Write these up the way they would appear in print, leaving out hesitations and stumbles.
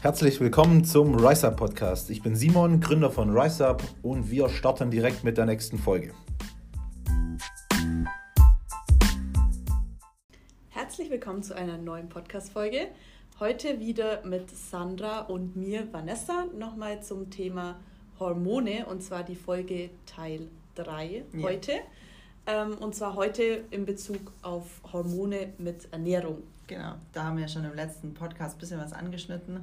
Herzlich willkommen zum Rise Up Podcast. Ich bin Simon, Gründer von Rise Up und wir starten direkt mit der nächsten Folge. Herzlich willkommen zu einer neuen Podcast-Folge. Heute wieder mit Sandra und mir, Vanessa, nochmal zum Thema Hormone, und zwar die Folge Teil 3 heute. Und zwar heute in Bezug auf Hormone mit Ernährung. Genau, da haben wir ja schon im letzten Podcast ein bisschen was angeschnitten.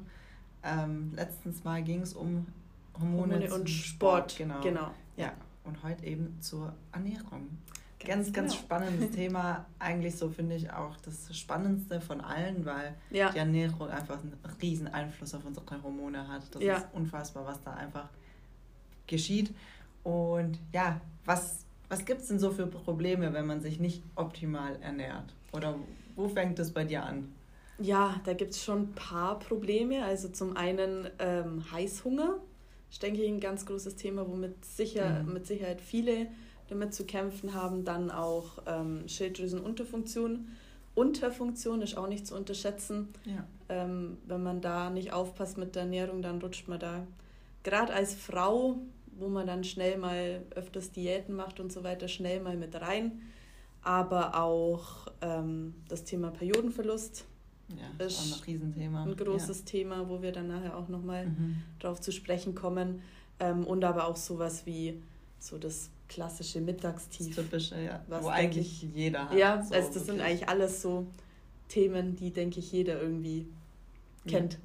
Letztens Mal ging es um Hormone und Sport. Genau. Ja, und heute eben zur Ernährung. Ganz spannendes Thema. Eigentlich so finde ich auch das Spannendste von allen, weil die Ernährung einfach einen riesen Einfluss auf unsere Hormone hat. Das ist unfassbar, was da einfach geschieht. Und ja, was gibt es denn so für Probleme, wenn man sich nicht optimal ernährt? Oder wo fängt es bei dir an? Ja, da gibt es schon ein paar Probleme. Also zum einen Heißhunger. Das ist, denke ich, ein ganz großes Thema, womit mit Sicherheit viele damit zu kämpfen haben. Dann auch Schilddrüsenunterfunktion. Unterfunktion ist auch nicht zu unterschätzen. Ja. Wenn man da nicht aufpasst mit der Ernährung, dann rutscht man da, gerade als Frau, wo man dann schnell mal öfters Diäten macht und so weiter, schnell mal mit rein. Aber auch das Thema Periodenverlust ist ein Riesenthema. Ein großes Thema, wo wir dann nachher auch nochmal drauf zu sprechen kommen. Und aber auch sowas wie so das klassische Mittagstief. Das typische, wo eigentlich jeder hat. Ja, so, also das sind eigentlich alles so Themen, die, denke ich, jeder irgendwie kennt.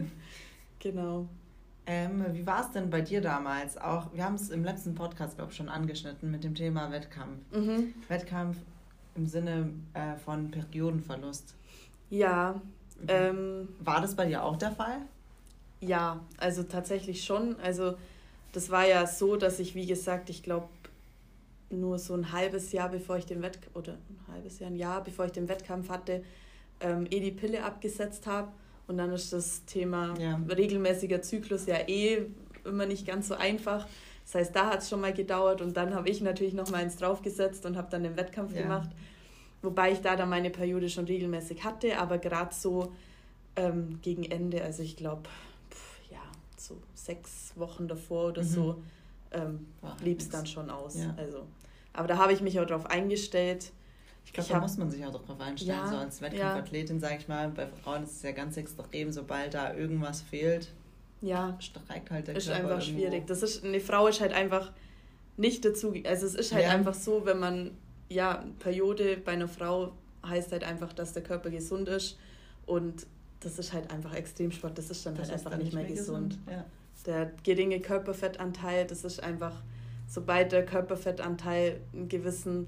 Genau. Wie war es denn bei dir damals? Auch, wir haben es im letzten Podcast, glaube ich, schon angeschnitten mit dem Thema Wettkampf. Wettkampf im Sinne von Periodenverlust. Ja. War das bei dir auch der Fall? Ja, also tatsächlich schon. Also das war ja so, dass ich, wie gesagt, ich glaube, nur so ein Jahr bevor ich den Wettkampf hatte, die Pille abgesetzt habe. Und dann ist das Thema regelmäßiger Zyklus ja immer nicht ganz so einfach. Das heißt, da hat es schon mal gedauert und dann habe ich natürlich noch mal eins draufgesetzt und habe dann den Wettkampf gemacht. Wobei ich da dann meine Periode schon regelmäßig hatte, aber gerade so gegen Ende, also ich glaube, so 6 Wochen davor oder so, blieb es dann schon aus. Ja. Also, aber da habe ich mich auch drauf eingestellt. Ich glaube, da muss man sich auch darauf einstellen, so als Wettkampfathletin, sage ich mal. Bei Frauen ist es ja ganz extrem, sobald da irgendwas fehlt, streikt halt der Körper. Ist einfach irgendwo schwierig. Eine Frau ist halt einfach nicht dazu, also es ist halt einfach so, wenn man, Periode bei einer Frau heißt halt einfach, dass der Körper gesund ist und das ist halt einfach Extremsport, das ist dann halt einfach nicht mehr gesund. Ja. Der geringe Körperfettanteil, das ist einfach, sobald der Körperfettanteil einen gewissen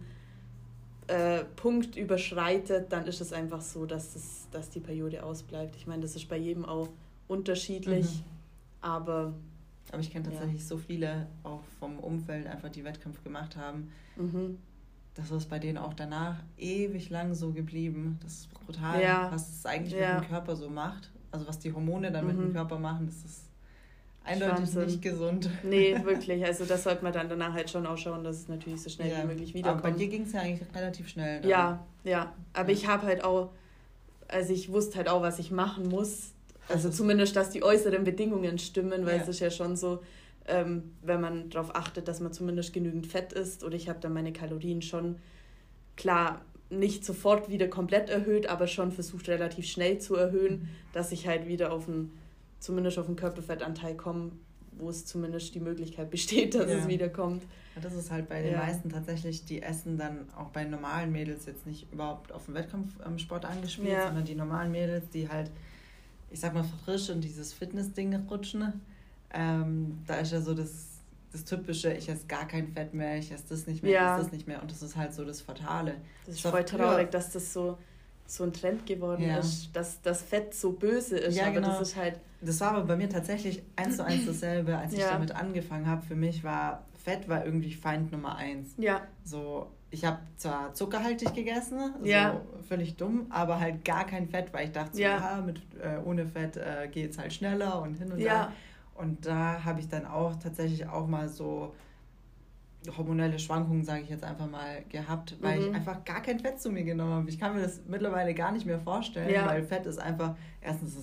Punkt überschreitet, dann ist es einfach so, dass die Periode ausbleibt. Ich meine, das ist bei jedem auch unterschiedlich, aber ich kenne tatsächlich so viele auch vom Umfeld einfach, die Wettkampf gemacht haben. Das ist bei denen auch danach ewig lang so geblieben. Das ist brutal, was es eigentlich mit dem Körper so macht. Also was die Hormone dann mit dem Körper machen, das ist eindeutig nicht gesund. Nee, wirklich. Also das sollte man dann danach halt schon ausschauen, dass es natürlich so schnell wie möglich wiederkommt. Aber bei dir ging es ja eigentlich relativ schnell. Dann. Ja. Aber ich habe halt auch, also ich wusste halt auch, was ich machen muss. Also zumindest, dass die äußeren Bedingungen stimmen, weil es ist ja schon so, wenn man darauf achtet, dass man zumindest genügend Fett isst. Oder ich habe dann meine Kalorien schon, klar, nicht sofort wieder komplett erhöht, aber schon versucht, relativ schnell zu erhöhen, dass ich halt wieder zumindest auf den Körperfettanteil komme, wo es zumindest die Möglichkeit besteht, dass es wiederkommt. Ja, das ist halt bei den meisten tatsächlich, die essen dann auch bei normalen Mädels jetzt nicht überhaupt auf den Wettkampfsport angespielt, sondern die normalen Mädels, die halt, ich sag mal, frisch in dieses Fitness-Ding rutschen. Da ist ja so das Typische, ich esse gar kein Fett mehr, ich esse das nicht mehr, ich esse das nicht mehr. Und das ist halt so das Fatale. Das ist voll traurig, dass das so ein Trend geworden ist, dass das Fett so böse ist. Ja, aber genau. Das ist halt... Das war aber bei mir tatsächlich 1:1 dasselbe, als ich damit angefangen habe. Für mich war Fett irgendwie Feind Nummer 1. Ja. So, ich habe zwar zuckerhaltig gegessen, völlig dumm, aber halt gar kein Fett, weil ich dachte, ohne Fett geht es halt schneller und hin und her. Und da habe ich dann auch tatsächlich auch mal so hormonelle Schwankungen, sage ich jetzt einfach mal, gehabt, weil ich einfach gar kein Fett zu mir genommen habe. Ich kann mir das mittlerweile gar nicht mehr vorstellen, weil Fett ist einfach, erstens ist es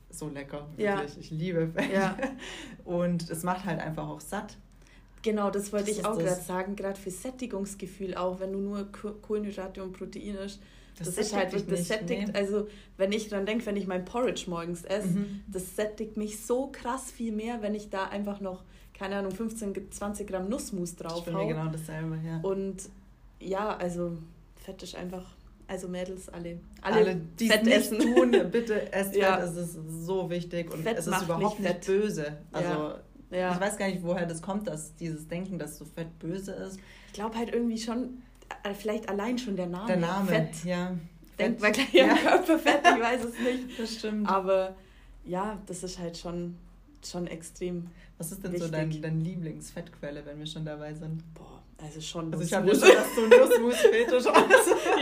so lecker, wirklich. Ich liebe Fett. Ja. Und es macht halt einfach auch satt. Genau, das wollte ich auch gerade sagen, gerade für Sättigungsgefühl auch, wenn du nur Kohlenhydrate und Proteine isst. Das ist halt, das sättigt, also wenn ich dran denke, wenn ich mein Porridge morgens esse, das sättigt mich so krass viel mehr, wenn ich da einfach noch, keine Ahnung, 15, 20 Gramm Nussmus drauf habe. Ich finde genau dasselbe, ja. Und ja, also Fett ist einfach, also Mädels, alle die Fett essen. Tun, bitte esst Fett, es ist so wichtig und Fett es ist überhaupt nicht böse. Also ich weiß gar nicht, woher das kommt, dass dieses Denken, dass so Fett böse ist. Ich glaube halt irgendwie schon, vielleicht allein schon der Name. Fett, ja. Denkt man gleich an Körperfett, ich weiß es nicht. Das stimmt. Aber ja, das ist halt schon extrem. Was ist denn wichtig. So deine Lieblingsfettquelle, wenn wir schon dabei sind? Boah, also schon Nussmus. Ich habe schon, dass du Nussmus-Fetisch hast.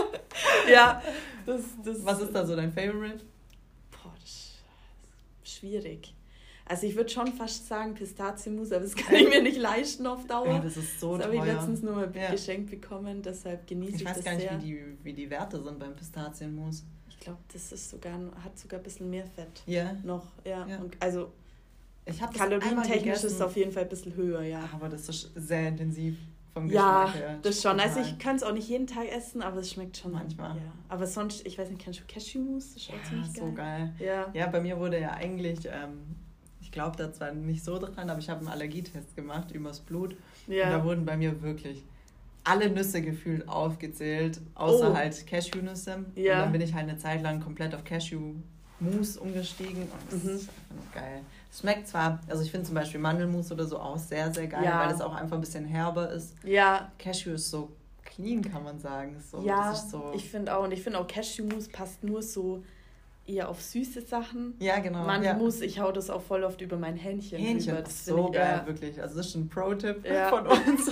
Ja. Was ist da so dein Favorite? Boah, das ist schwierig. Also ich würde schon fast sagen Pistazienmus, aber das kann ich mir nicht leisten auf Dauer. Ja, das ist so teuer. Das habe ich letztens nur mal geschenkt bekommen, deshalb genieße ich das sehr. Ich weiß gar nicht, wie die Werte sind beim Pistazienmus. Ich glaube, das ist hat sogar ein bisschen mehr Fett. Ja? Noch, ja. Und also kalorientechnisch ist es auf jeden Fall ein bisschen höher, ja. Aber das ist sehr intensiv vom Geschmack her. Ja, das schon. Also ich kann es auch nicht jeden Tag essen, aber es schmeckt schon manchmal. Ja. Aber sonst, ich weiß nicht, kennst du Cashewmus? Das ist auch ziemlich geil. So geil. Ja, bei mir wurde ja eigentlich... ich glaube da zwar nicht so dran, aber ich habe einen Allergietest gemacht übers Blut. Ja. Und da wurden bei mir wirklich alle Nüsse gefühlt aufgezählt, außer halt Cashewnüsse. Ja. Und dann bin ich halt eine Zeit lang komplett auf Cashew-Mousse umgestiegen. Und das ist einfach nur geil. Es schmeckt zwar, also ich finde zum Beispiel Mandelmus oder so auch sehr, sehr geil, weil es auch einfach ein bisschen herber ist. Ja. Cashew ist so clean, kann man sagen. So, ja, das ist so ich finde auch. Und ich finde auch Cashew-Mousse passt nur so... eher auf süße Sachen. Ja, genau. Mandelmus, ich hau das auch voll oft über mein Hähnchen rüber. Das ist so geil, wirklich. Also das ist ein Pro-Tipp von uns.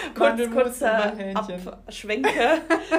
Kurzer Abschwenker.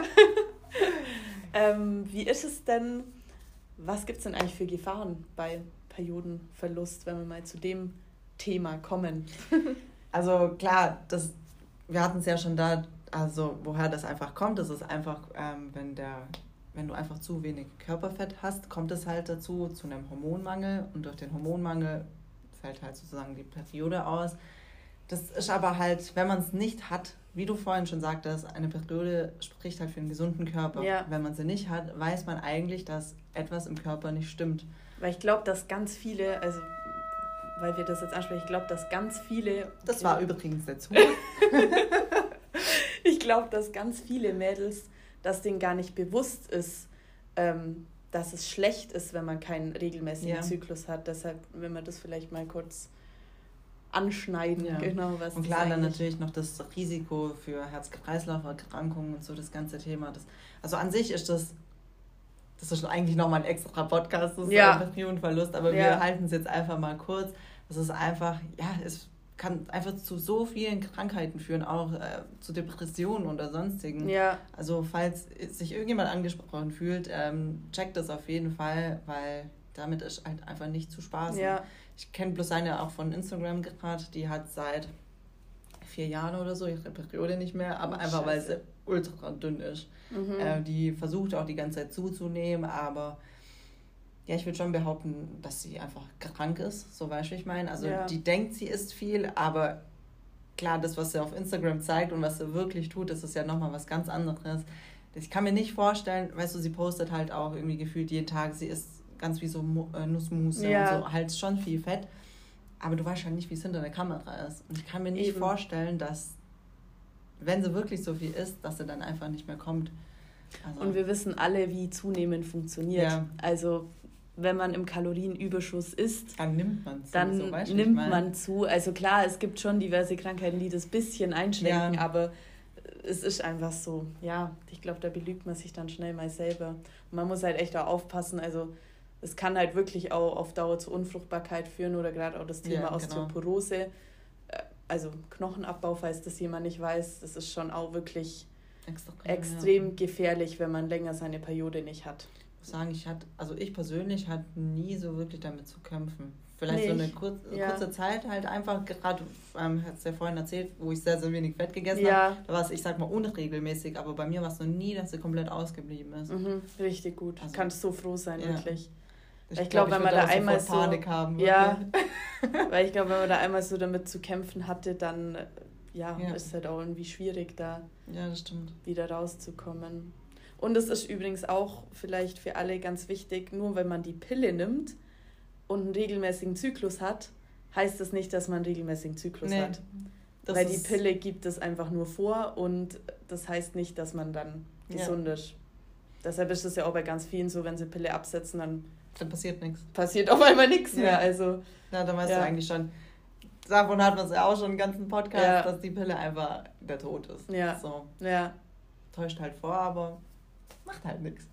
Wie ist es denn, was gibt es denn eigentlich für Gefahren bei Periodenverlust, wenn wir mal zu dem Thema kommen? Also klar, wir hatten es ja schon da, also woher das einfach kommt, das ist einfach, wenn du einfach zu wenig Körperfett hast, kommt es halt dazu, zu einem Hormonmangel. Und durch den Hormonmangel fällt halt sozusagen die Periode aus. Das ist aber halt, wenn man es nicht hat, wie du vorhin schon sagtest, eine Periode spricht halt für einen gesunden Körper. Ja. Wenn man sie nicht hat, weiß man eigentlich, dass etwas im Körper nicht stimmt. Weil ich glaube, dass ganz viele, also weil wir das jetzt ansprechen, ich glaube, dass ganz viele... Das war übrigens dazu. Ich glaube, dass ganz viele Mädels... dass denen gar nicht bewusst ist, dass es schlecht ist, wenn man keinen regelmäßigen Zyklus hat. Deshalb, wenn wir das vielleicht mal kurz anschneiden, genau was. Und klar, dann natürlich noch das Risiko für Herz-Kreislauf-Erkrankungen und so, das ganze Thema. Also an sich ist das ist eigentlich nochmal ein extra Podcast, das ist ein Periodenverlust, aber wir halten es jetzt einfach mal kurz. Das ist einfach, es kann einfach zu so vielen Krankheiten führen, auch zu Depressionen oder sonstigen. Ja. Also falls sich irgendjemand angesprochen fühlt, checkt das auf jeden Fall, weil damit ist halt einfach nicht zu spaßen. Ja. Ich kenne bloß eine auch von Instagram gerade, die hat seit 4 Jahren oder so ihre Periode nicht mehr, aber einfach weil sie ultra dünn ist. Die versucht auch die ganze Zeit zuzunehmen, aber ja, ich würde schon behaupten, dass sie einfach krank ist, so weißt du, ich meine. Also die denkt, sie isst viel, aber klar, das, was sie auf Instagram zeigt und was sie wirklich tut, das ist ja nochmal was ganz anderes. Ich kann mir nicht vorstellen, weißt du, sie postet halt auch irgendwie gefühlt jeden Tag, sie isst ganz wie so Nussmus und so, halt schon viel Fett, aber du weißt halt nicht, wie es hinter der Kamera ist. Und ich kann mir nicht vorstellen, dass, wenn sie wirklich so viel isst, dass sie dann einfach nicht mehr kommt. Also. Und wir wissen alle, wie Zunehmen funktioniert. Ja. Also wenn man im Kalorienüberschuss isst, dann nimmt man zu. Dann so, nimmt man zu. Also klar, es gibt schon diverse Krankheiten, die das bisschen einschränken, aber es ist einfach so, ich glaube, da belügt man sich dann schnell mal selber. Und man muss halt echt auch aufpassen, also es kann halt wirklich auch auf Dauer zur Unfruchtbarkeit führen oder gerade auch das Thema Osteoporose, also Knochenabbau, falls das jemand nicht weiß, das ist schon auch wirklich extrem gefährlich, wenn man länger seine Periode nicht hat. Ich muss sagen, ich persönlich hatte nie so wirklich damit zu kämpfen. Vielleicht so eine kurze Zeit halt einfach, gerade, hat es ja vorhin erzählt, wo ich sehr, sehr wenig Fett gegessen habe. Da war es, ich sag mal, unregelmäßig, aber bei mir war es noch nie, dass sie komplett ausgeblieben ist. Richtig gut. Also, kannst so froh sein, wirklich. Ich glaube, wenn man da einmal so Panik haben, ja, weil ich glaube, wenn man da einmal so damit zu kämpfen hatte, dann ist es halt auch irgendwie schwierig, da das stimmt. wieder rauszukommen. Und es ist übrigens auch vielleicht für alle ganz wichtig, nur wenn man die Pille nimmt und einen regelmäßigen Zyklus hat, heißt das nicht, dass man einen regelmäßigen Zyklus hat. Weil die Pille gibt es einfach nur vor und das heißt nicht, dass man dann gesund ist. Deshalb ist es ja auch bei ganz vielen so, wenn sie Pille absetzen, dann passiert nichts. Passiert auf einmal nichts mehr. Also, dann weißt du eigentlich schon, davon hat man es ja auch schon einen ganzen Podcast, dass die Pille einfach der Tod ist. Ja. So. Ja. Täuscht halt vor, aber macht halt nichts.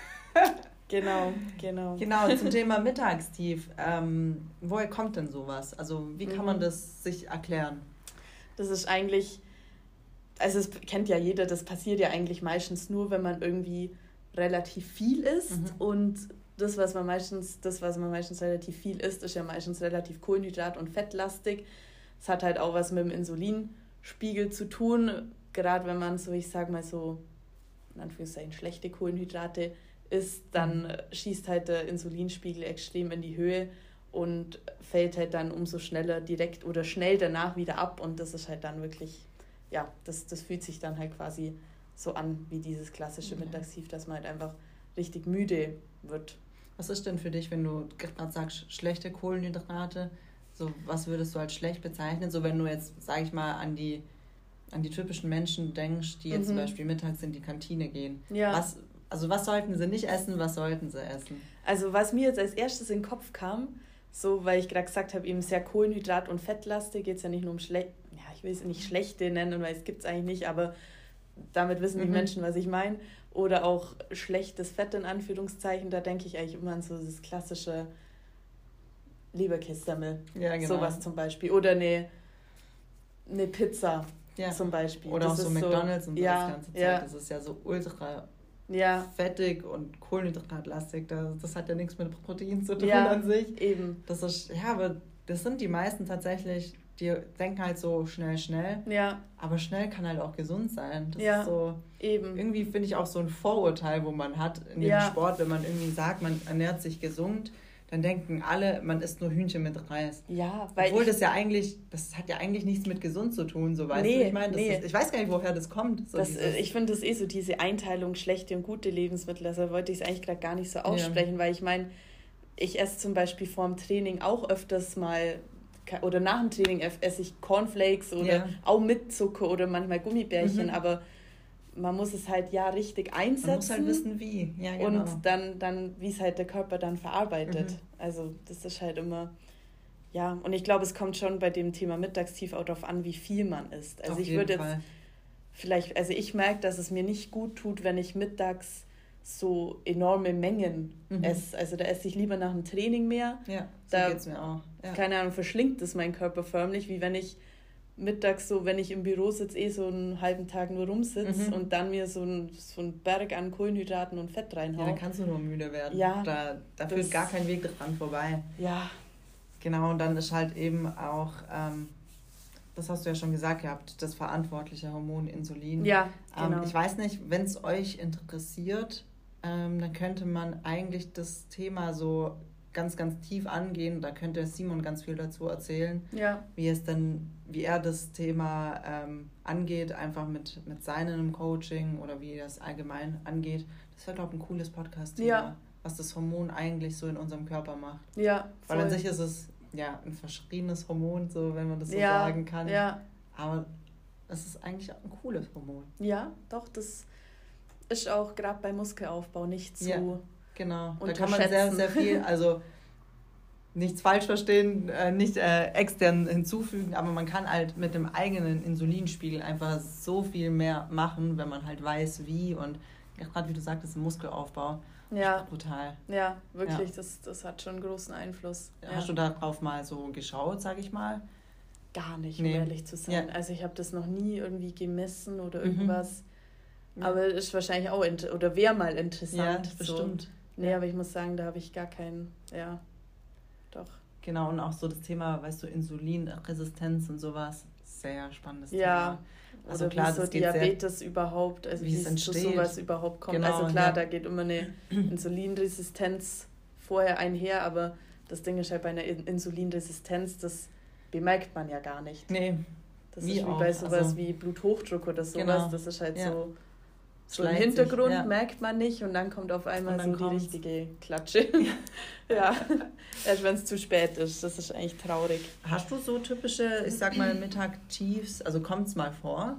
Genau. Genau, zum Thema Mittagstief. Woher kommt denn sowas? Also wie kann man das sich erklären? Das ist eigentlich, also es kennt ja jeder, das passiert ja eigentlich meistens nur, wenn man irgendwie relativ viel isst und das, was man meistens relativ viel isst, ist ja meistens relativ kohlenhydrat- und fettlastig. Es hat halt auch was mit dem Insulinspiegel zu tun, gerade wenn man so, ich sag mal so, in Anführungszeichen schlechte Kohlenhydrate isst, dann schießt halt der Insulinspiegel extrem in die Höhe und fällt halt dann umso schneller direkt oder schnell danach wieder ab und das ist halt dann wirklich, das fühlt sich dann halt quasi so an wie dieses klassische Mittagstief, dass man halt einfach richtig müde wird. Was ist denn für dich, wenn du gerade sagst, schlechte Kohlenhydrate, so was würdest du als schlecht bezeichnen, so wenn du jetzt, sag ich mal, an die typischen Menschen denkst, die jetzt zum Beispiel mittags in die Kantine gehen. Ja. Was sollten sie nicht essen, was sollten sie essen? Also was mir jetzt als erstes in den Kopf kam, so weil ich gerade gesagt habe, eben sehr Kohlenhydrat- und fettlastig, geht es ja nicht nur um ich will es nicht schlechte nennen, weil es gibt es eigentlich nicht, aber damit wissen die Menschen, was ich meine. Oder auch schlechtes Fett in Anführungszeichen, da denke ich eigentlich immer an so das klassische Leberkässemmel, sowas zum Beispiel. Oder eine Pizza zum Beispiel. Oder das auch so McDonald's und so das ganze Zeit. Das ist ja so ultra fettig und kohlenhydratlastig. Das hat ja nichts mit Protein zu tun an sich. Eben. Das ist, aber das sind die meisten tatsächlich, die denken halt so schnell. Ja. Aber schnell kann halt auch gesund sein. Das ist so, eben. Irgendwie finde ich auch so ein Vorurteil, wo man hat in dem Sport, wenn man irgendwie sagt, man ernährt sich gesund, dann denken alle, man isst nur Hühnchen mit Reis. Ja, weil obwohl das hat ja eigentlich nichts mit gesund zu tun, so weißt du. Ich meine, ich weiß gar nicht, woher das kommt. So ich finde das so diese Einteilung schlechte und gute Lebensmittel, also wollte ich es eigentlich gerade gar nicht so aussprechen, weil ich meine, ich esse zum Beispiel vor dem Training auch öfters mal oder nach dem Training esse ich Cornflakes oder auch mit Zucker oder manchmal Gummibärchen, aber man muss es halt richtig einsetzen. Man muss halt wissen, wie. Ja, genau. Und dann wie es halt der Körper dann verarbeitet. Also das ist halt immer, und ich glaube, es kommt schon bei dem Thema Mittagstief auch darauf an, wie viel man isst. Also ich würde jetzt vielleicht, also ich merke, dass es mir nicht gut tut, wenn ich mittags so enorme Mengen esse. Also da esse ich lieber nach dem Training mehr. Ja, so geht's mir auch. Ja. Keine Ahnung, verschlingt es mein Körper förmlich, wie wenn ich mittags so, wenn ich im Büro sitze, so einen halben Tag nur rumsitze und dann mir so ein Berg an Kohlenhydraten und Fett reinhaue. Ja, dann kannst du nur müde werden. Ja, da führt gar kein Weg dran vorbei. Ja. Genau, und dann ist halt eben auch, das hast du ja schon gesagt gehabt, das verantwortliche Hormon Insulin. Ja, genau. Ich weiß nicht, wenn es euch interessiert, dann könnte man eigentlich das Thema so ganz, ganz tief angehen. Da könnte Simon ganz viel dazu erzählen, wie er das Thema angeht, einfach mit seinem Coaching oder wie er das allgemein angeht. Das wäre, glaube ich, ein cooles Podcast-Thema, was das Hormon eigentlich so in unserem Körper macht. Ja, voll. Weil an sich ist es ein verschriebenes Hormon, so wenn man das so sagen kann. Ja. Aber es ist eigentlich auch ein cooles Hormon. Ja, doch, das ist auch gerade beim Muskelaufbau nicht so genau. Da kann man sehr, sehr viel, also nichts falsch verstehen, nicht extern hinzufügen, aber man kann halt mit dem eigenen Insulinspiegel einfach so viel mehr machen, wenn man halt weiß, wie und gerade wie du sagtest, im Muskelaufbau. Ja, brutal. Ja, wirklich, das hat schon einen großen Einfluss. Hast du darauf mal so geschaut, sag ich mal? Gar nicht, um ehrlich zu sein. Also ich habe das noch nie irgendwie gemessen oder irgendwas. Aber ist wahrscheinlich auch, oder wäre mal interessant. Ja, bestimmt. So. Nee, aber ich muss sagen, da habe ich gar keinen, doch. Genau, und auch so das Thema, weißt du, Insulinresistenz und sowas, sehr spannendes Thema. Also klar, wie so Diabetes überhaupt, also wie es zu sowas überhaupt kommt. Genau, also klar, da geht immer eine Insulinresistenz vorher einher, aber das Ding ist halt bei einer Insulinresistenz, das bemerkt man ja gar nicht. Nee. Das ist wie bei sowas wie Bluthochdruck oder sowas. Genau. Das ist halt so im Hintergrund merkt man nicht und dann kommt auf einmal so die richtige Klatsche. Ja, erst wenn es zu spät ist. Das ist eigentlich traurig. Hast du so typische, ich sag mal, Mittag-Tiefs? Also kommt es mal vor?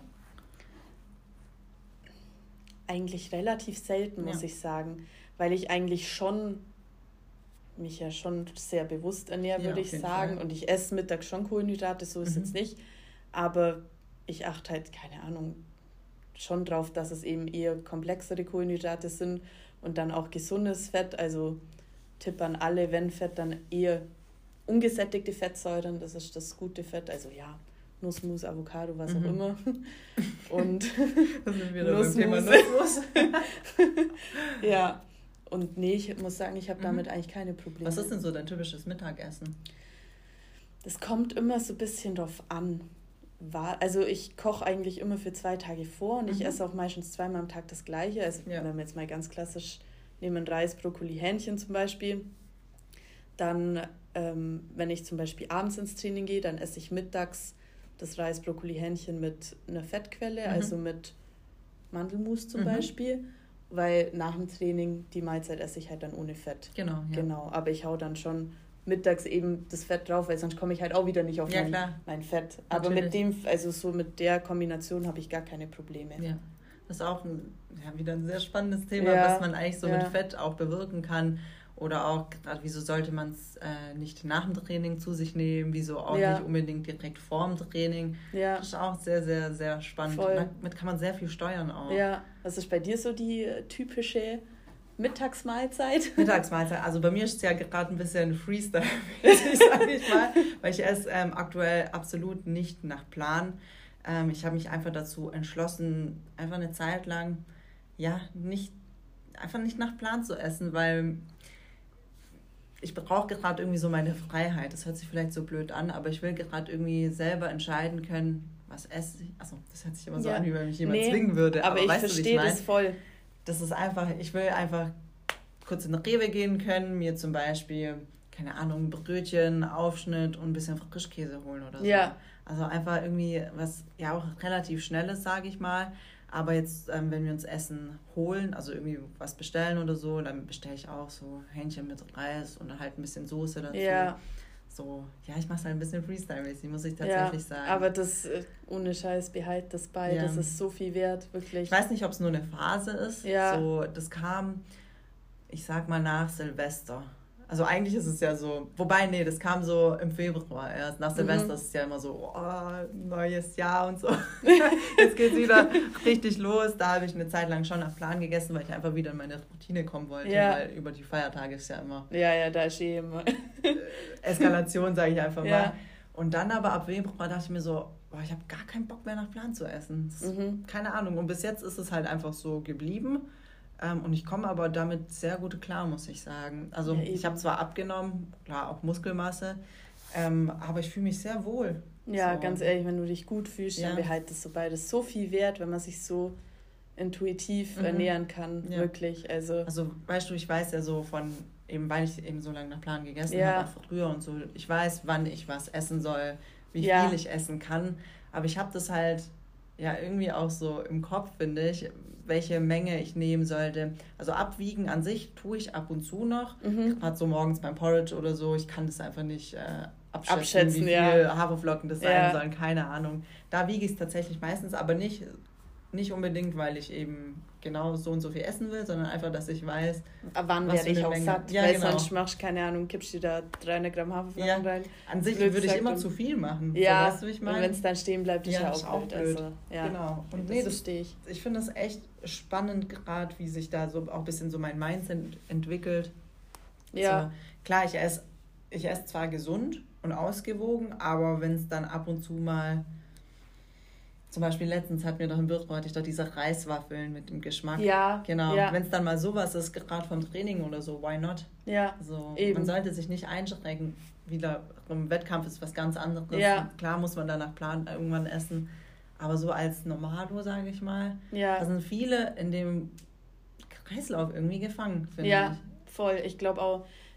Eigentlich relativ selten, muss ich sagen. Weil ich eigentlich mich ja schon sehr bewusst ernähre, würde ich sagen. Fall. Und ich esse mittags schon Kohlenhydrate, so ist es jetzt nicht. Aber ich achte halt, keine Ahnung, schon drauf, dass es eben eher komplexere Kohlenhydrate sind und dann auch gesundes Fett. Also Tipp an alle, wenn Fett, dann eher ungesättigte Fettsäuren, das ist das gute Fett. Also ja, Nussmus, Avocado, was auch immer. Und das sind wir beim Thema Nussmus. Ja, und nee, ich muss sagen, ich habe damit eigentlich keine Probleme. Was ist denn so dein typisches Mittagessen? Das kommt immer so ein bisschen drauf an. Also ich koche eigentlich immer für 2 Tage vor und ich esse auch meistens 2-mal am Tag das Gleiche. Also wenn wir jetzt mal ganz klassisch nehmen, Reis, Brokkoli, Hähnchen zum Beispiel. Dann, wenn ich zum Beispiel abends ins Training gehe, dann esse ich mittags das Reis, Brokkoli, Hähnchen mit einer Fettquelle, also mit Mandelmus zum Beispiel. Weil nach dem Training die Mahlzeit esse ich halt dann ohne Fett. Genau, aber ich hau dann schon mittags eben das Fett drauf, weil sonst komme ich halt auch wieder nicht auf mein Fett. Aber mit der Kombination habe ich gar keine Probleme. Ja. Das ist auch wieder ein sehr spannendes Thema, was man eigentlich so mit Fett auch bewirken kann. Oder auch, gerade wieso sollte man es nicht nach dem Training zu sich nehmen, wieso auch nicht unbedingt direkt vorm Training. Ja. Das ist auch sehr, sehr, sehr spannend. Damit kann man sehr viel steuern auch. Ja, was ist bei dir so die typische Mittagsmahlzeit? Also bei mir ist es ja gerade ein bisschen Freestyle-mäßig, sage ich mal, weil ich esse aktuell absolut nicht nach Plan. Ich habe mich einfach dazu entschlossen, einfach eine Zeit lang nicht nach Plan zu essen, weil ich brauche gerade irgendwie so meine Freiheit. Das hört sich vielleicht so blöd an, aber ich will gerade irgendwie selber entscheiden können, was esse ich. Also das hört sich immer so an, wie wenn mich jemand zwingen würde. Aber ich verstehe das voll. Das ist einfach, ich will einfach kurz in den Rewe gehen können, mir zum Beispiel, keine Ahnung, Brötchen, Aufschnitt und ein bisschen Frischkäse holen oder so. Ja. Also einfach irgendwie was, auch relativ Schnelles, sage ich mal. Aber jetzt, wenn wir uns Essen holen, also irgendwie was bestellen oder so, dann bestelle ich auch so Hähnchen mit Reis und halt ein bisschen Soße dazu. Ja. So, ich mache es halt ein bisschen Freestyle-mäßig, muss ich tatsächlich sagen. Aber das, ohne Scheiß, behalt das bei, das ist so viel wert, wirklich. Ich weiß nicht, ob es nur eine Phase ist. Ja. So, das kam, ich sag mal, nach Silvester. Also eigentlich ist es ja so, wobei, das kam so im Februar erst. Nach Silvester ist es ja immer so, neues Jahr und so. Jetzt geht's wieder richtig los. Da habe ich eine Zeit lang schon nach Plan gegessen, weil ich einfach wieder in meine Routine kommen wollte. Ja. Weil über die Feiertage ist ja immer... Ja, da ist immer... Eskalation, sage ich einfach mal. Und dann aber ab Februar dachte ich mir so, ich habe gar keinen Bock mehr nach Plan zu essen. Keine Ahnung. Und bis jetzt ist es halt einfach so geblieben. Und ich komme aber damit sehr gut klar, muss ich sagen. Also ich habe zwar abgenommen, klar auch Muskelmasse, aber ich fühle mich sehr wohl. Ja, so. Ganz ehrlich, wenn du dich gut fühlst, dann behält das so beides so viel wert, wenn man sich so intuitiv ernähren kann, wirklich. Also weißt du, ich weiß ja so weil ich eben so lange nach Plan gegessen habe, auch früher und so, ich weiß, wann ich was essen soll, wie viel ich essen kann, aber ich habe das halt irgendwie auch so im Kopf, finde ich, welche Menge ich nehmen sollte. Also abwiegen an sich tue ich ab und zu noch. Gerade so morgens beim Porridge oder so. Ich kann das einfach nicht abschätzen, wie viel Haferflocken das sein sollen. Keine Ahnung. Da wiege ich es tatsächlich meistens, aber nicht unbedingt, weil ich eben genau so und so viel essen will, sondern einfach, dass ich weiß, wann werde ich auch satt. Weil sonst machst du, keine Ahnung, kippst du da 300 Gramm Haferflocken rein. An sich würde ich immer zu viel machen. Ja, so, weißt du, wie ich meine? Und wenn es dann stehen bleibt, ist ja auch blöd. Also, genau. Und das verstehe ich. Ich finde das echt spannend gerade, wie sich da so auch ein bisschen so mein Mindset entwickelt. Ja. So, klar, ich esse zwar gesund und ausgewogen, aber wenn es dann ab und zu mal, zum Beispiel letztens hatte ich doch diese Reiswaffeln mit dem Geschmack. Ja. Genau. Ja. Wenn es dann mal sowas ist, gerade vom Training oder so, why not? Ja. So, eben. Man sollte sich nicht einschränken. Wieder im Wettkampf ist was ganz anderes. Ja. Klar muss man dann nach Plan irgendwann essen. Aber so als Normalo, sage ich mal, da sind viele in dem Kreislauf irgendwie gefangen, finde ich. Ja, voll. Ich glaube auch,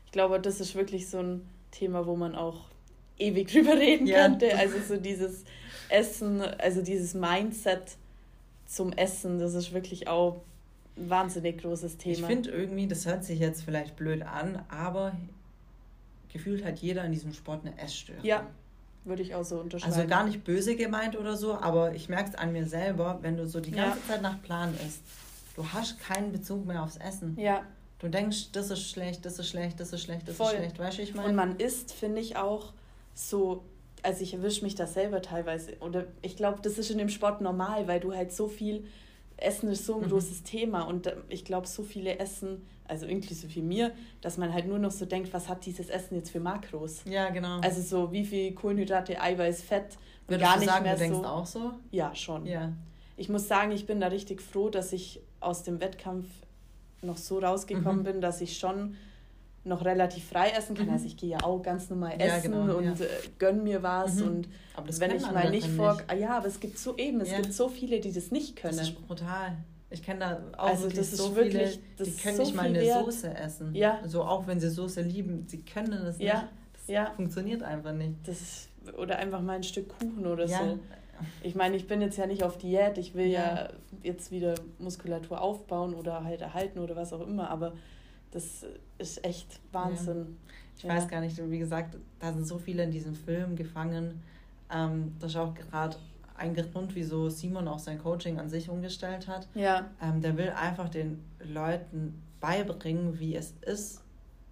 ich glaube, das ist wirklich so ein Thema, wo man auch ewig drüber reden könnte. Also so dieses Essen, also dieses Mindset zum Essen, das ist wirklich auch ein wahnsinnig großes Thema. Ich finde irgendwie, das hört sich jetzt vielleicht blöd an, aber gefühlt hat jeder in diesem Sport eine Essstörung. Ja, würde ich auch so unterschreiben. Also gar nicht böse gemeint oder so, aber ich merke es an mir selber, wenn du so die ganze Zeit nach Plan isst, du hast keinen Bezug mehr aufs Essen. Ja. Du denkst, das ist schlecht, das ist schlecht, das ist schlecht, das ist schlecht, weißt du, ich meine? Und man isst, finde ich, auch so, also ich erwische mich das selber teilweise, oder ich glaube, das ist in dem Sport normal, weil du halt so viel, Essen ist so ein großes Thema und ich glaube, so viele essen, also inklusive mir, dass man halt nur noch so denkt, was hat dieses Essen jetzt für Makros? Ja, genau. Also so, wie viel Kohlenhydrate, Eiweiß, Fett. Würdest gar du nicht sagen, mehr du denkst auch so? Ja, schon. Ja. Ich muss sagen, ich bin da richtig froh, dass ich aus dem Wettkampf noch so rausgekommen bin, dass ich schon noch relativ frei essen kann. Also ich gehe ja auch ganz normal essen und gönn mir was. Und aber das wenn ich mal nicht ja, aber es gibt so gibt so viele, die das nicht können. Das ist brutal. Ich kenne da auch also wirklich so viele, die können nicht mal eine Soße essen. Ja. So auch wenn sie Soße lieben, sie können das nicht. Das funktioniert einfach nicht. Oder einfach mal ein Stück Kuchen oder so. Ich meine, ich bin jetzt ja nicht auf Diät, ich will ja jetzt wieder Muskulatur aufbauen oder halt erhalten oder was auch immer, aber das ist echt Wahnsinn. Ich weiß gar nicht, wie gesagt, da sind so viele in diesem Film gefangen. Das ist auch gerade ein Grund, wieso Simon auch sein Coaching an sich umgestellt hat. Ja. Der will einfach den Leuten beibringen, wie es ist,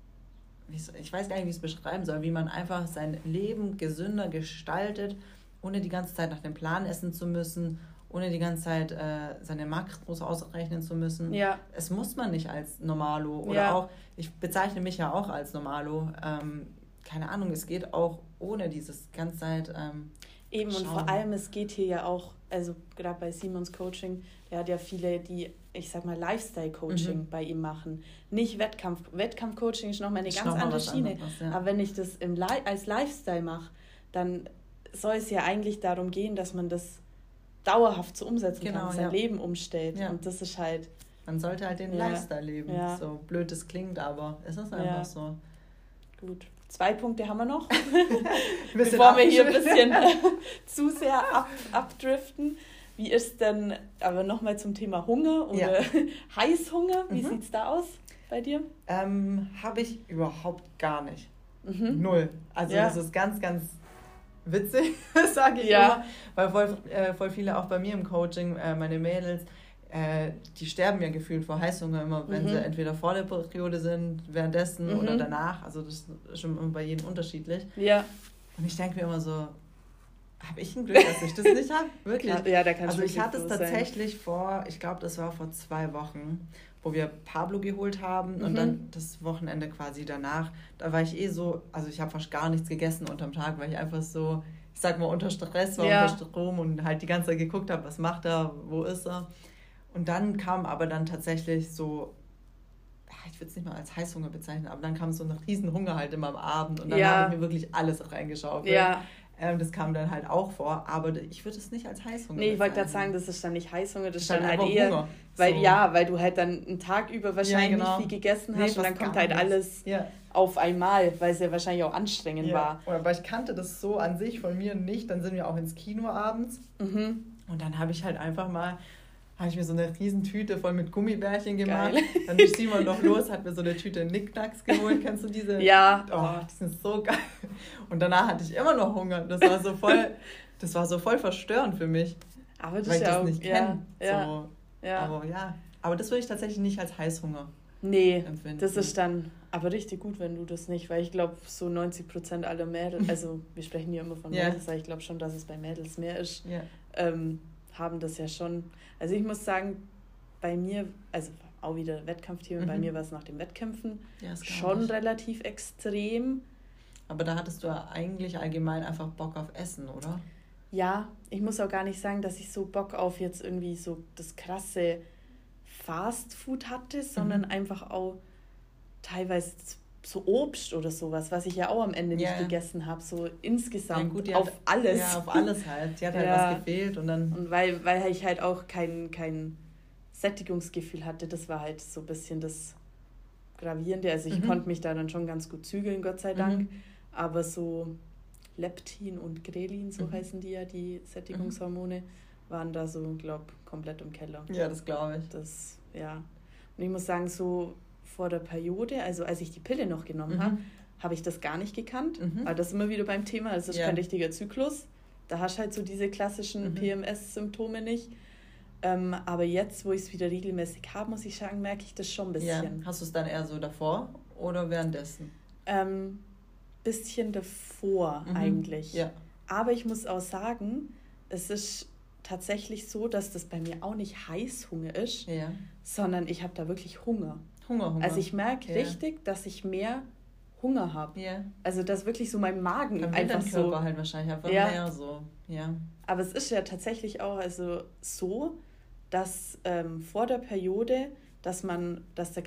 ich weiß gar nicht, wie ich es beschreiben soll, wie man einfach sein Leben gesünder gestaltet, ohne die ganze Zeit nach dem Plan essen zu müssen, ohne die ganze Zeit seine Makros ausrechnen zu müssen. Ja. Es muss man nicht als Normalo oder auch, ich bezeichne mich ja auch als Normalo, keine Ahnung, es geht auch ohne dieses ganze Zeit eben schauen. Und vor allem, es geht hier ja auch, also gerade bei Simons Coaching, der hat ja viele, die, ich sag mal, Lifestyle-Coaching bei ihm machen. Nicht Wettkampf. Wettkampf-Coaching ist nochmal eine ganz andere Schiene. Anderes, ja. Aber wenn ich das als Lifestyle mache, dann soll es ja eigentlich darum gehen, dass man das dauerhaft so umsetzen kann, sein Leben umstellt. Ja. Und das ist halt... Man sollte halt den Lifestyle leben. Ja. So blöd es klingt, aber es ist einfach so. Gut. 2 Punkte haben wir noch, bevor wir hier ein bisschen zu sehr abdriften. Wie ist denn, aber nochmal zum Thema Hunger oder Heißhunger, wie sieht es da aus bei dir? Habe ich überhaupt gar nicht. Null. Also das ist ganz, ganz witzig, sage ich immer, weil voll viele auch bei mir im Coaching, meine Mädels, die sterben ja gefühlt vor Heißhunger immer, wenn sie entweder vor der Periode sind, währenddessen oder danach. Also das ist schon bei jedem unterschiedlich. Ja. Und ich denke mir immer so, habe ich ein Glück, dass ich das nicht habe? Wirklich. Ja, da kann also ich hatte es tatsächlich ich glaube, das war vor 2 Wochen, wo wir Pablo geholt haben und dann das Wochenende quasi danach, da war ich so, also ich habe fast gar nichts gegessen unterm Tag, weil ich einfach so, ich sag mal, unter Stress war, unter Strom und halt die ganze Zeit geguckt habe, was macht er, wo ist er. Und dann kam aber dann tatsächlich so, ich würde es nicht mal als Heißhunger bezeichnen, aber dann kam so ein Riesenhunger halt immer am Abend und dann habe ich mir wirklich alles reingeschaut. Ja. Das kam dann halt auch vor, aber ich würde es nicht als Heißhunger bezeichnen. Ich wollte gerade sagen, das ist dann nicht Heißhunger, das ist dann halt eher Hunger. Weil du halt dann einen Tag über wahrscheinlich nicht viel gegessen hast und dann kommt halt alles auf einmal, weil es ja wahrscheinlich auch anstrengend war. Aber ich kannte das so an sich von mir nicht, dann sind wir auch ins Kino abends und dann habe ich halt einfach mal, habe ich mir so eine riesen Tüte voll mit Gummibärchen gemacht. Geil. Dann ist Simon noch los, hat mir so eine Tüte Knickknacks geholt. Kennst du diese? Ja. Oh, die sind so geil. Und danach hatte ich immer noch Hunger. Das war so voll verstörend für mich. Aber das weil ich das nicht kenne. Ja. Aber das würde ich tatsächlich nicht als Heißhunger empfinden. Das ist dann aber richtig gut, wenn du das nicht, weil ich glaube, so 90% aller Mädels, also wir sprechen hier immer von Mädels, aber ich glaube schon, dass es bei Mädels mehr ist, haben das ja schon. Also ich muss sagen, bei mir, also auch wieder Wettkampfthema, bei mir war es nach den Wettkämpfen schon relativ extrem. Aber da hattest du ja eigentlich allgemein einfach Bock auf Essen, oder? Ja, ich muss auch gar nicht sagen, dass ich so Bock auf jetzt irgendwie so das krasse Fastfood hatte, sondern einfach auch teilweise so Obst oder sowas, was ich ja auch am Ende nicht gegessen habe, so insgesamt auf alles. Ja, auf alles halt. Die hat halt was gefehlt und dann... Und weil ich halt auch kein Sättigungsgefühl hatte, das war halt so ein bisschen das gravierende. Also ich konnte mich da dann schon ganz gut zügeln, Gott sei Dank. Aber so Leptin und Grelin, so heißen die ja, die Sättigungshormone, waren da so, glaube ich, komplett im Keller. Ja, das glaube ich. Das, ja. Und ich muss sagen, so vor der Periode, also als ich die Pille noch genommen habe, habe ich das gar nicht gekannt. Aber das ist immer wieder beim Thema, das ist kein richtiger Zyklus. Da hast du halt so diese klassischen PMS-Symptome nicht. Aber jetzt, wo ich es wieder regelmäßig habe, muss ich sagen, merke ich das schon ein bisschen. Ja. Hast du es dann eher so davor oder währenddessen? Bisschen davor eigentlich. Ja. Aber ich muss auch sagen, es ist tatsächlich so, dass das bei mir auch nicht Heißhunger ist, sondern ich habe da wirklich Hunger. Hunger. Also ich merke richtig, dass ich mehr Hunger habe. Ja. Also dass wirklich so mein Magen einfach so... Körper halt wahrscheinlich einfach mehr so. Ja. Aber es ist ja tatsächlich auch also so, dass vor der Periode, dass der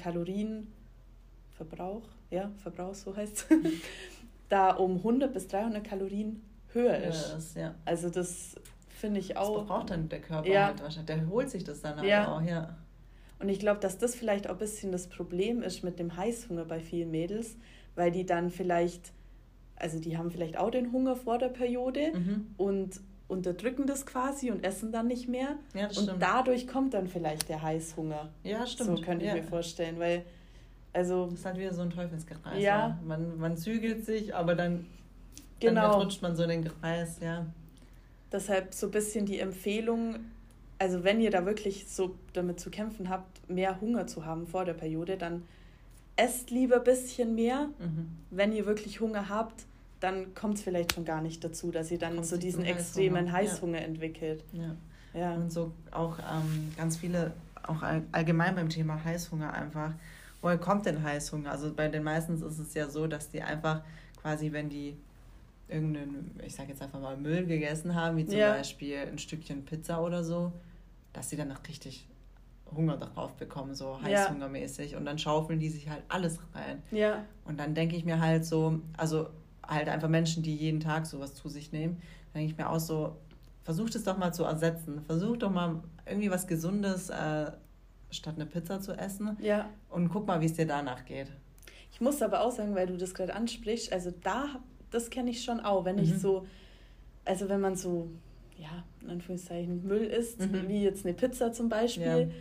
Kalorienverbrauch, Verbrauch, so heißt es, da um 100 bis 300 Kalorien höher ist. Ja. Also das finde ich auch... Das braucht dann der Körper halt wahrscheinlich. Der holt sich das dann halt auch, ja. Und ich glaube, dass das vielleicht auch ein bisschen das Problem ist mit dem Heißhunger bei vielen Mädels, weil die dann vielleicht, also die haben vielleicht auch den Hunger vor der Periode und unterdrücken das quasi und essen dann nicht mehr. Ja, das stimmt. Und dadurch kommt dann vielleicht der Heißhunger. Ja, stimmt. So könnte ich mir vorstellen, weil also... Das ist halt wieder so ein Teufelskreis. Ja. Man zügelt sich, aber dann rutscht man so in den Kreis, ja. Deshalb so ein bisschen die Empfehlung, also wenn ihr da wirklich so damit zu kämpfen habt, mehr Hunger zu haben vor der Periode, dann esst lieber ein bisschen mehr. Wenn ihr wirklich Hunger habt, dann kommt es vielleicht schon gar nicht dazu, dass ihr dann so diesen extremen Heißhunger entwickelt. Ja. Und so auch ganz viele, auch allgemein beim Thema Heißhunger einfach, woher kommt denn Heißhunger? Also bei den meisten ist es ja so, dass die einfach quasi, wenn die irgendeinen, ich sag jetzt einfach mal Müll gegessen haben, wie zum Beispiel ein Stückchen Pizza oder so, dass sie dann auch richtig Hunger darauf bekommen, so heißhungermäßig. Und dann schaufeln die sich halt alles rein. Ja. Und dann denke ich mir halt so, also halt einfach Menschen, die jeden Tag sowas zu sich nehmen, denke ich mir auch so, versucht es doch mal zu ersetzen. Versucht doch mal irgendwie was Gesundes statt eine Pizza zu essen. Ja. Und guck mal, wie es dir danach geht. Ich muss aber auch sagen, weil du das gerade ansprichst, also das kenne ich schon auch, wenn ich so, also wenn man so, ja, in Anführungszeichen Müll isst, wie jetzt eine Pizza zum Beispiel,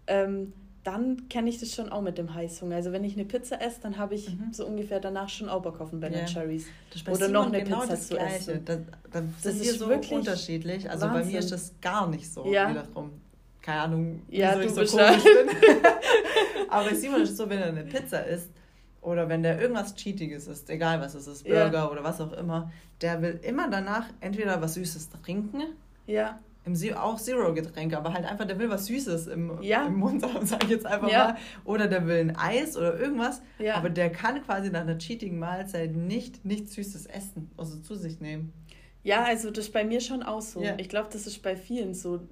dann kenne ich das schon auch mit dem Heißhunger. Also wenn ich eine Pizza esse, dann habe ich so ungefähr danach schon auch Bock auf einen Ben & Jerry's. Oder noch eine genau Pizza zu essen. Das sind wir so unterschiedlich. Also Wahnsinn. Bei mir ist das gar nicht so wiederum. Keine Ahnung, wieso ich so komisch bin. Aber bei Simon ist es so, wenn er eine Pizza isst, oder wenn der irgendwas Cheatiges isst, egal was es ist, Burger oder was auch immer, der will immer danach entweder was Süßes trinken, auch Zero-Getränke, aber halt einfach, der will was Süßes im Mund haben, sage ich jetzt einfach mal, oder der will ein Eis oder irgendwas, aber der kann quasi nach einer Cheating-Mahlzeit nichts Süßes essen, also zu sich nehmen. Ja, also das ist bei mir schon auch so. Ich glaube, das ist bei vielen so.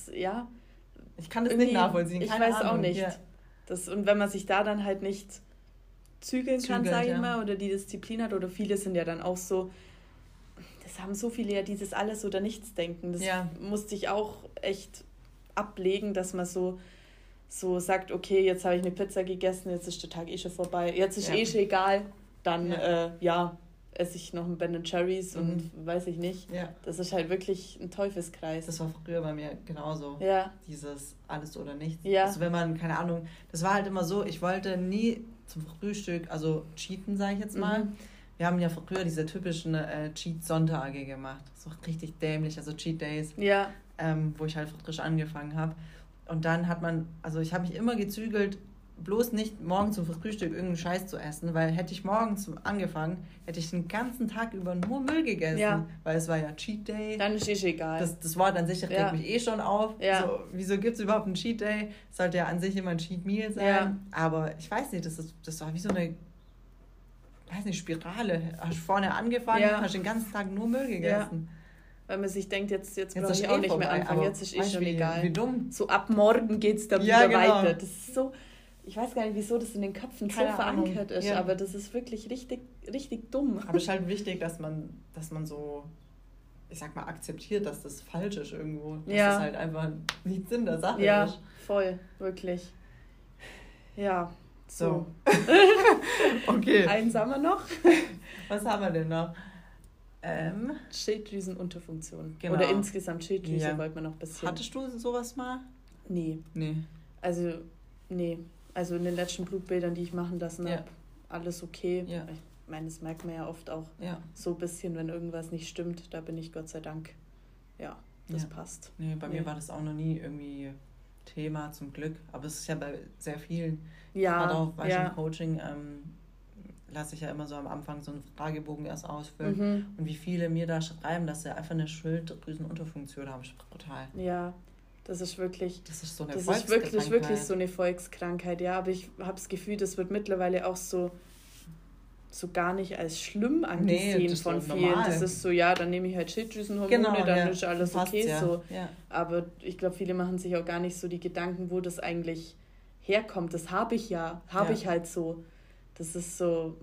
Ich kann das nicht nachvollziehen. Ich weiß Ahnung. Auch nicht. Und wenn man sich da dann halt nicht zügeln kann, sage ich mal, oder die Disziplin hat, oder viele sind ja dann auch so, das haben so viele ja dieses Alles- oder Nichts-Denken. Das musste ich auch echt ablegen, dass man so sagt, okay, jetzt habe ich eine Pizza gegessen, jetzt ist der Tag schon vorbei, jetzt ist schon egal, dann esse ich noch ein Ben & Jerry's und weiß ich nicht. Ja. Das ist halt wirklich ein Teufelskreis. Das war früher bei mir genauso. Ja. Dieses Alles oder Nichts. Ja. Also wenn man, keine Ahnung, das war halt immer so, ich wollte nie zum Frühstück, also cheaten, sage ich jetzt mal. Wir haben ja früher diese typischen Cheat-Sonntage gemacht. So richtig dämlich, also Cheat Days. Ja. Wo ich halt frisch angefangen habe. Und dann hat man, also ich habe mich immer gezügelt, bloß nicht morgens zum Frühstück irgendeinen Scheiß zu essen, weil hätte ich morgens angefangen, hätte ich den ganzen Tag über nur Müll gegessen, weil es war ja Cheat Day. Dann ist egal. Das Wort an sich regt mich schon auf. Ja. So, wieso gibt es überhaupt einen Cheat Day? Sollte ja an sich immer ein Cheat Meal sein. Ja. Aber ich weiß nicht, das war wie so eine, weiß nicht, Spirale. Hast vorne angefangen, hast den ganzen Tag nur Müll gegessen. Ja. Weil man sich denkt, jetzt brauche ich auch nicht mehr anfangen, jetzt ist schon egal. Wie dumm. So ab morgen geht es dann wieder weiter. Das ist so... Ich weiß gar nicht, wieso das in den Köpfen so verankert ist, aber das ist wirklich richtig, richtig dumm. Aber es ist halt wichtig, dass man so, ich sag mal, akzeptiert, dass das falsch ist irgendwo. Dass das halt einfach nicht Sinn der Sache ist. Ja, voll, wirklich. Ja, So. Okay. Eins haben wir noch. Was haben wir denn noch? Schilddrüsenunterfunktion. Genau. Oder insgesamt Schilddrüse wollte man noch ein bisschen. Hattest du sowas mal? Nee. Also in den letzten Blutbildern, die ich machen lassen habe, alles okay. Ja. Ich meine, das merkt man ja oft auch so ein bisschen, wenn irgendwas nicht stimmt. Da bin ich Gott sei Dank, das passt. Nee, bei mir war das auch noch nie irgendwie Thema, zum Glück. Aber es ist ja bei sehr vielen, gerade auch bei im Coaching, lasse ich ja immer so am Anfang so einen Fragebogen erst ausfüllen. Und wie viele mir da schreiben, dass sie einfach eine Schilddrüsenunterfunktion haben, ist brutal. Ja, das ist wirklich, so eine wirklich so eine Volkskrankheit. Ja, aber ich habe das Gefühl, das wird mittlerweile auch so gar nicht als schlimm angesehen von vielen. Normal. Das ist so, dann nehme ich halt Schilddrüsenhormone, dann ist alles okay. So. Ja. Aber ich glaube, viele machen sich auch gar nicht so die Gedanken, wo das eigentlich herkommt. Das habe ich ich halt so. Das ist so,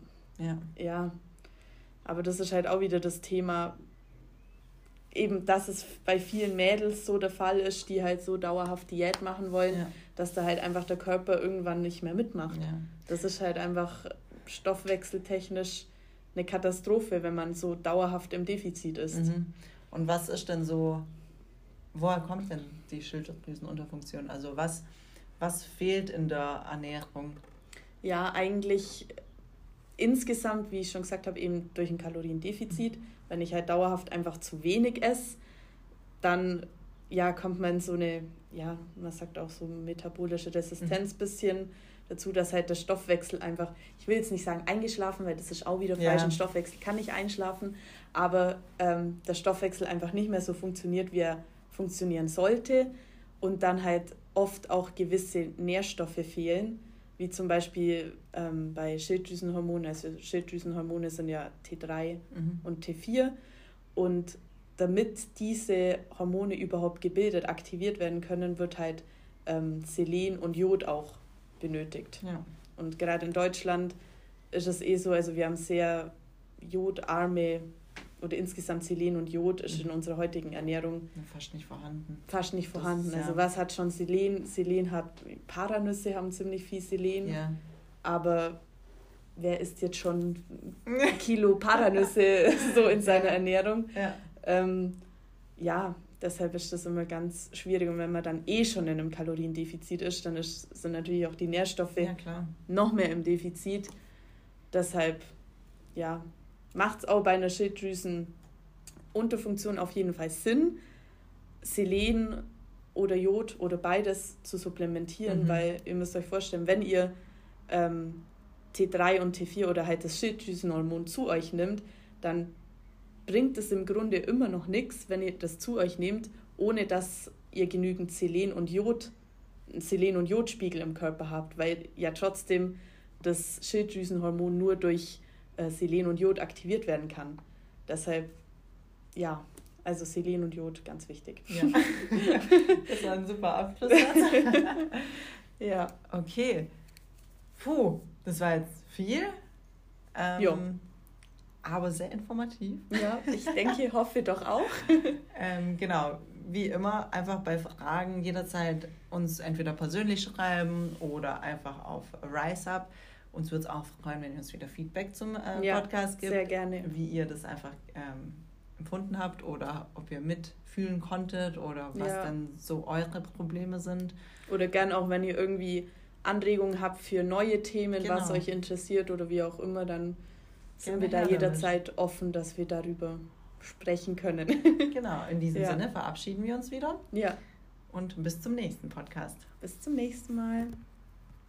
aber das ist halt auch wieder das Thema, eben, dass es bei vielen Mädels so der Fall ist, die halt so dauerhaft Diät machen wollen, dass da halt einfach der Körper irgendwann nicht mehr mitmacht. Ja. Das ist halt einfach stoffwechseltechnisch eine Katastrophe, wenn man so dauerhaft im Defizit ist. Und was ist denn so, woher kommt denn die Schilddrüsenunterfunktion? Also was fehlt in der Ernährung? Ja, eigentlich insgesamt, wie ich schon gesagt habe, eben durch ein Kaloriendefizit. Wenn ich halt dauerhaft einfach zu wenig esse, dann kommt man in so eine, man sagt auch so metabolische Resistenz bisschen dazu, dass halt der Stoffwechsel einfach, ich will jetzt nicht sagen eingeschlafen, weil das ist auch wieder falsch, ein Stoffwechsel kann nicht einschlafen, aber der Stoffwechsel einfach nicht mehr so funktioniert, wie er funktionieren sollte und dann halt oft auch gewisse Nährstoffe fehlen, wie zum Beispiel bei Schilddrüsenhormonen, also Schilddrüsenhormone sind ja T3 und T4 und damit diese Hormone überhaupt gebildet, aktiviert werden können, wird halt Selen und Jod auch benötigt. Ja. Und gerade in Deutschland ist es so, also wir haben sehr jodarme oder insgesamt Selen und Jod ist in unserer heutigen Ernährung fast nicht vorhanden. Also was hat schon Selen? Selen hat, Paranüsse haben ziemlich viel Selen, aber wer isst jetzt schon ein Kilo Paranüsse so in seiner Noch. Ernährung? Deshalb ist das immer ganz schwierig. Und wenn man dann schon in einem Kaloriendefizit ist, dann sind natürlich auch die Nährstoffe noch mehr im Defizit. Deshalb, macht es auch bei einer Schilddrüsenunterfunktion auf jeden Fall Sinn, Selen oder Jod oder beides zu supplementieren, weil ihr müsst euch vorstellen, wenn ihr T3 und T4 oder halt das Schilddrüsenhormon zu euch nimmt, dann bringt es im Grunde immer noch nichts, wenn ihr das zu euch nehmt, ohne dass ihr genügend Selen- und Jodspiegel im Körper habt, weil ja trotzdem das Schilddrüsenhormon nur durch Selen und Jod aktiviert werden kann. Deshalb, also Selen und Jod, ganz wichtig. Ja. Das war ein super Abschlusssatz. Ja. Okay. Puh, das war jetzt viel. Aber sehr informativ. Ja, ich denke, hoffe doch auch. Genau, wie immer, einfach bei Fragen jederzeit uns entweder persönlich schreiben oder einfach auf RiseUp. Uns würde es auch freuen, wenn ihr uns wieder Feedback zum Podcast gibt. Sehr gerne. Wie ihr das einfach empfunden habt oder ob ihr mitfühlen konntet oder was dann so eure Probleme sind. Oder gern auch, wenn ihr irgendwie Anregungen habt für neue Themen, was euch interessiert oder wie auch immer, dann sind wir da jederzeit offen, dass wir darüber sprechen können. Genau, in diesem Sinne verabschieden wir uns wieder. Ja. Und bis zum nächsten Podcast. Bis zum nächsten Mal.